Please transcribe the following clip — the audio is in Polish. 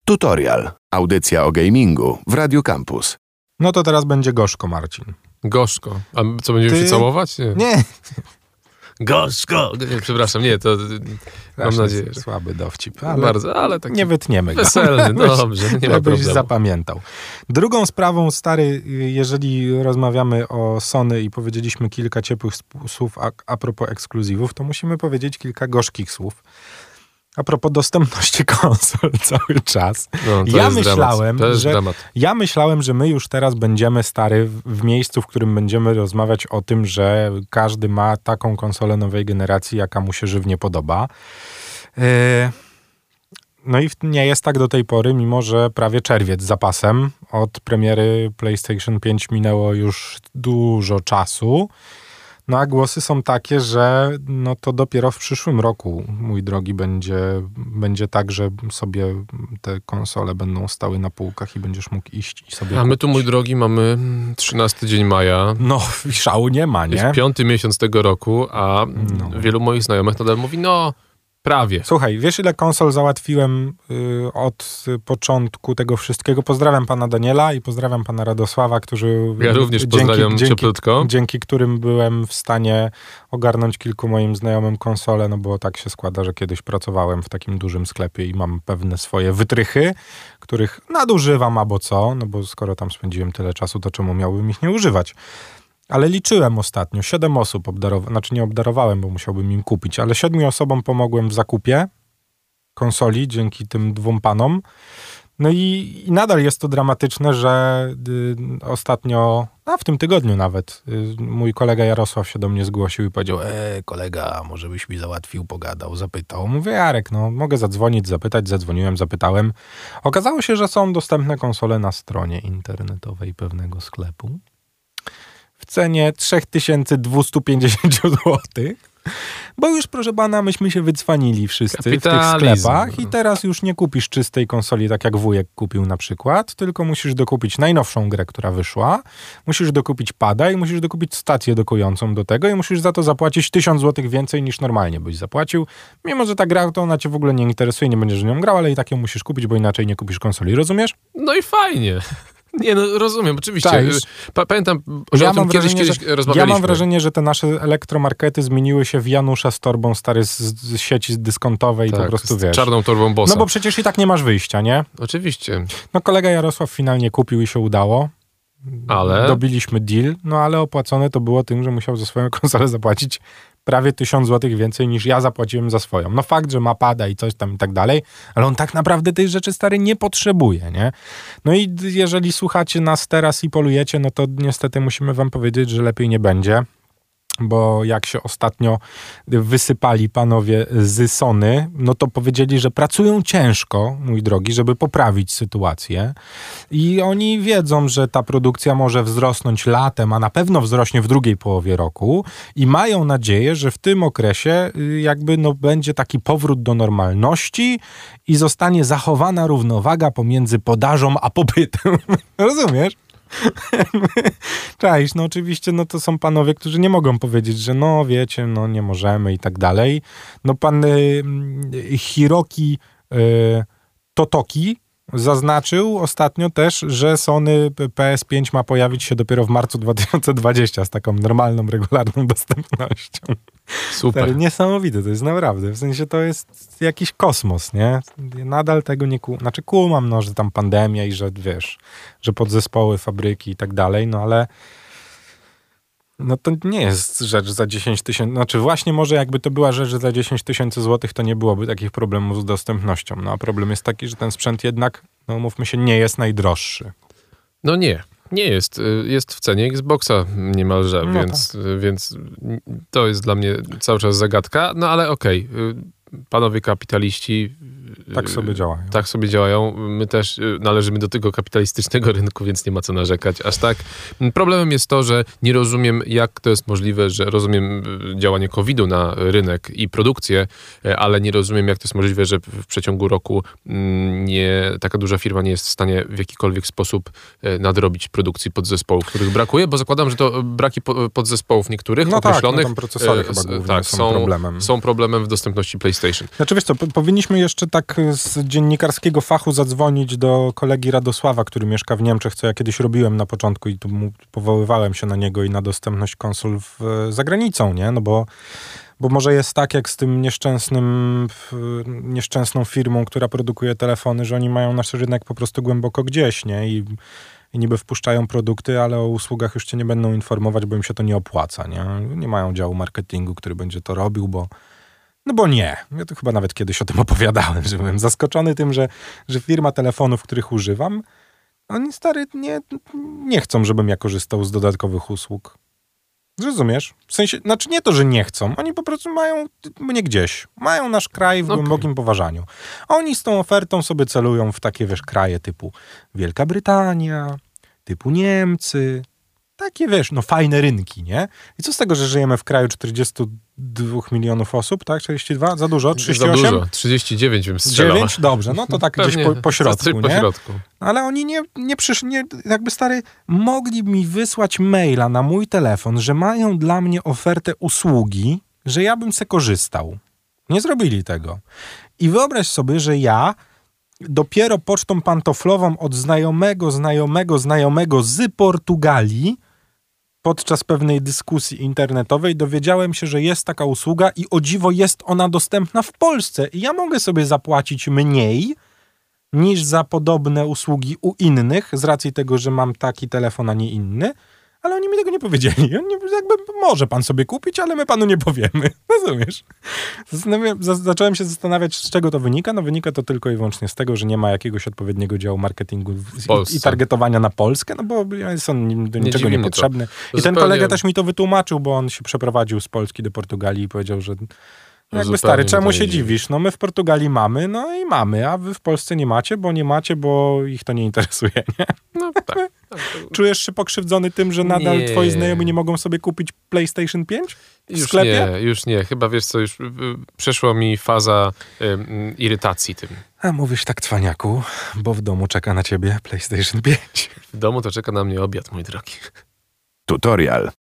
Tutorial. Audycja o gamingu w Radiu Campus. No to teraz będzie gorzko, Marcin. Gorzko. A co, będziemy się całować? Nie. Gorzko. Nie, przepraszam, nie, to mam nadzieję, że... Słaby dowcip. Ale bardzo, ale taki... Nie wytniemy go. Weselny, dobrze, nie ma żebyś problemu. zapamiętał. Drugą sprawą, stary, jeżeli rozmawiamy o Sony i powiedzieliśmy kilka ciepłych słów a propos ekskluzywów, to musimy powiedzieć kilka gorzkich słów. A propos dostępności konsol cały czas. No, Ja myślałem, że my już teraz będziemy, stary, w miejscu, w którym będziemy rozmawiać o tym, że każdy ma taką konsolę nowej generacji, jaka mu się żywnie podoba. No i nie jest tak do tej pory, mimo że prawie czerwiec za pasem. Od premiery PlayStation 5 minęło już dużo czasu. No a głosy są takie, że no to dopiero w przyszłym roku, mój drogi, będzie tak, że sobie te konsole będą stały na półkach i będziesz mógł iść i sobie A my tu, mój drogi, mamy 13 dzień maja. No, szału nie ma, nie? Jest 5. miesiąc tego roku, a wielu moich znajomych nadal mówi, no... Prawie. Słuchaj, wiesz ile konsol załatwiłem od początku tego wszystkiego? Pozdrawiam pana Daniela i pozdrawiam pana Radosława, którzy... Ja również pozdrawiam cieplutko. Dzięki którym byłem w stanie ogarnąć kilku moim znajomym konsole, no bo tak się składa, że kiedyś pracowałem w takim dużym sklepie i mam pewne swoje wytrychy, których nadużywam albo co, no bo skoro tam spędziłem tyle czasu, to czemu miałbym ich nie używać? Ale liczyłem ostatnio, 7 osób nie obdarowałem, bo musiałbym im kupić, ale 7 osobom pomogłem w zakupie konsoli dzięki tym 2 panom. No i nadal jest to dramatyczne, że ostatnio, w tym tygodniu nawet, mój kolega Jarosław się do mnie zgłosił i powiedział, kolega, może byś mi załatwił, pogadał, zapytał. Mówię, Jarek, no mogę zadzwonić, zapytać, zadzwoniłem, zapytałem. Okazało się, że są dostępne konsole na stronie internetowej pewnego sklepu. W cenie 3250 zł. Bo już, proszę pana, myśmy się wycwanili wszyscy w tych sklepach i teraz już nie kupisz czystej konsoli, tak jak wujek kupił na przykład, tylko musisz dokupić najnowszą grę, która wyszła, musisz dokupić pada i musisz dokupić stację dokującą do tego i musisz za to zapłacić 1000 zł więcej niż normalnie byś zapłacił. Mimo że ta gra, to ona cię w ogóle nie interesuje, nie będziesz w nią grał, ale i tak ją musisz kupić, bo inaczej nie kupisz konsoli. Rozumiesz? No i fajnie. Nie, no rozumiem, oczywiście. Pamiętam, że ja o tym kiedyś rozmawialiśmy. Ja mam wrażenie, że te nasze elektromarkety zmieniły się w Janusza z torbą stary z sieci dyskontowej tak, po prostu, wiesz. Z czarną torbą bossa. No bo przecież i tak nie masz wyjścia, nie? Oczywiście. No kolega Jarosław finalnie kupił i się udało. Ale? Dobiliśmy deal, no ale opłacone to było tym, że musiał za swoją konsolę zapłacić prawie 1000 zł więcej niż ja zapłaciłem za swoją. No fakt, że ma pada i coś tam i tak dalej, ale on tak naprawdę tej rzeczy, stary, nie potrzebuje, nie? No i jeżeli słuchacie nas teraz i polujecie, no to niestety musimy wam powiedzieć, że lepiej nie będzie. Bo jak się ostatnio wysypali panowie z Sony, no to powiedzieli, że pracują ciężko, mój drogi, żeby poprawić sytuację. I oni wiedzą, że ta produkcja może wzrosnąć latem, a na pewno wzrośnie w drugiej połowie roku i mają nadzieję, że w tym okresie jakby będzie taki powrót do normalności i zostanie zachowana równowaga pomiędzy podażą a popytem. Rozumiesz? Cześć, no oczywiście, no to są panowie, którzy nie mogą powiedzieć, że no wiecie, no nie możemy i tak dalej. No pan Hiroki Totoki zaznaczył ostatnio też, że Sony PS5 ma pojawić się dopiero w marcu 2020 z taką normalną, regularną dostępnością. Super. Stary, niesamowite to jest naprawdę. W sensie to jest jakiś kosmos, nie? Nadal tego nie kumam, no, że tam pandemia i że wiesz, że podzespoły, fabryki i tak dalej, no ale no to nie jest rzecz za 10 000, znaczy właśnie może jakby to była rzecz za 10 000 złotych, to nie byłoby takich problemów z dostępnością. No a problem jest taki, że ten sprzęt jednak, no mówmy się, nie jest najdroższy. No nie jest. Jest w cenie Xboxa niemalże, no więc to jest dla mnie cały czas zagadka. No ale okej. Panowie kapitaliści tak sobie działają. My też należymy do tego kapitalistycznego rynku, więc nie ma co narzekać aż tak. Problemem jest to, że nie rozumiem, jak to jest możliwe, że rozumiem działanie COVID-u na rynek i produkcję, ale nie rozumiem, jak to jest możliwe, że w przeciągu roku taka duża firma nie jest w stanie w jakikolwiek sposób nadrobić produkcji podzespołów, których brakuje, bo zakładam, że to braki podzespołów niektórych określonych tam procesory chyba głównie są problemem. Są problemem w dostępności PlayStation PlayStation. Znaczy wiesz co, powinniśmy jeszcze tak z dziennikarskiego fachu zadzwonić do kolegi Radosława, który mieszka w Niemczech, co ja kiedyś robiłem na początku i tu powoływałem się na niego i na dostępność konsol za granicą, nie? No bo może jest tak, jak z tym nieszczęsną firmą, która produkuje telefony, że oni mają nasz rynek po prostu głęboko gdzieś, nie? I niby wpuszczają produkty, ale o usługach już cię nie będą informować, bo im się to nie opłaca, nie? Nie mają działu marketingu, który będzie to robił, bo nie. Ja to chyba nawet kiedyś o tym opowiadałem, że byłem zaskoczony tym, że firma telefonów, których używam, oni nie chcą, żebym ja korzystał z dodatkowych usług. Rozumiesz? W sensie, znaczy nie to, że nie chcą, oni po prostu mają mnie gdzieś. Mają nasz kraj w głębokim poważaniu. Oni z tą ofertą sobie celują w takie, wiesz, kraje typu Wielka Brytania, typu Niemcy. Takie, wiesz, fajne rynki, nie? I co z tego, że żyjemy w kraju 42 milionów osób, tak? 42? Za dużo? 38? Za dużo. 39 bym strzelał. 9? Dobrze, no to tak gdzieś po środku, nie? Po środku. Ale oni nie przyszli, jakby stary, mogli mi wysłać maila na mój telefon, że mają dla mnie ofertę usługi, że ja bym se korzystał. Nie zrobili tego. I wyobraź sobie, że ja dopiero pocztą pantoflową od znajomego z Portugalii podczas pewnej dyskusji internetowej dowiedziałem się, że jest taka usługa i o dziwo jest ona dostępna w Polsce. I ja mogę sobie zapłacić mniej niż za podobne usługi u innych, z racji tego, że mam taki telefon, a nie inny, ale oni mi tego nie powiedzieli. Oni jakby, może pan sobie kupić, ale my panu nie powiemy. Rozumiesz? Zacząłem się zastanawiać, z czego to wynika. No wynika to tylko i wyłącznie z tego, że nie ma jakiegoś odpowiedniego działu marketingu i targetowania na Polskę, no bo jest on do niczego niepotrzebny. I ten kolega też mi to wytłumaczył, bo on się przeprowadził z Polski do Portugalii i powiedział, że jakby stary, czemu się dziwisz? No my w Portugalii mamy, no i mamy, a wy w Polsce nie macie, bo ich to nie interesuje, nie? No tak. Czujesz się pokrzywdzony tym, że nadal twoi znajomi nie mogą sobie kupić PlayStation 5 w sklepie? Już nie. Chyba wiesz co, już przeszła mi faza irytacji tym. A mówisz tak, cwaniaku, bo w domu czeka na ciebie PlayStation 5. W domu to czeka na mnie obiad, mój drogi. Tutorial.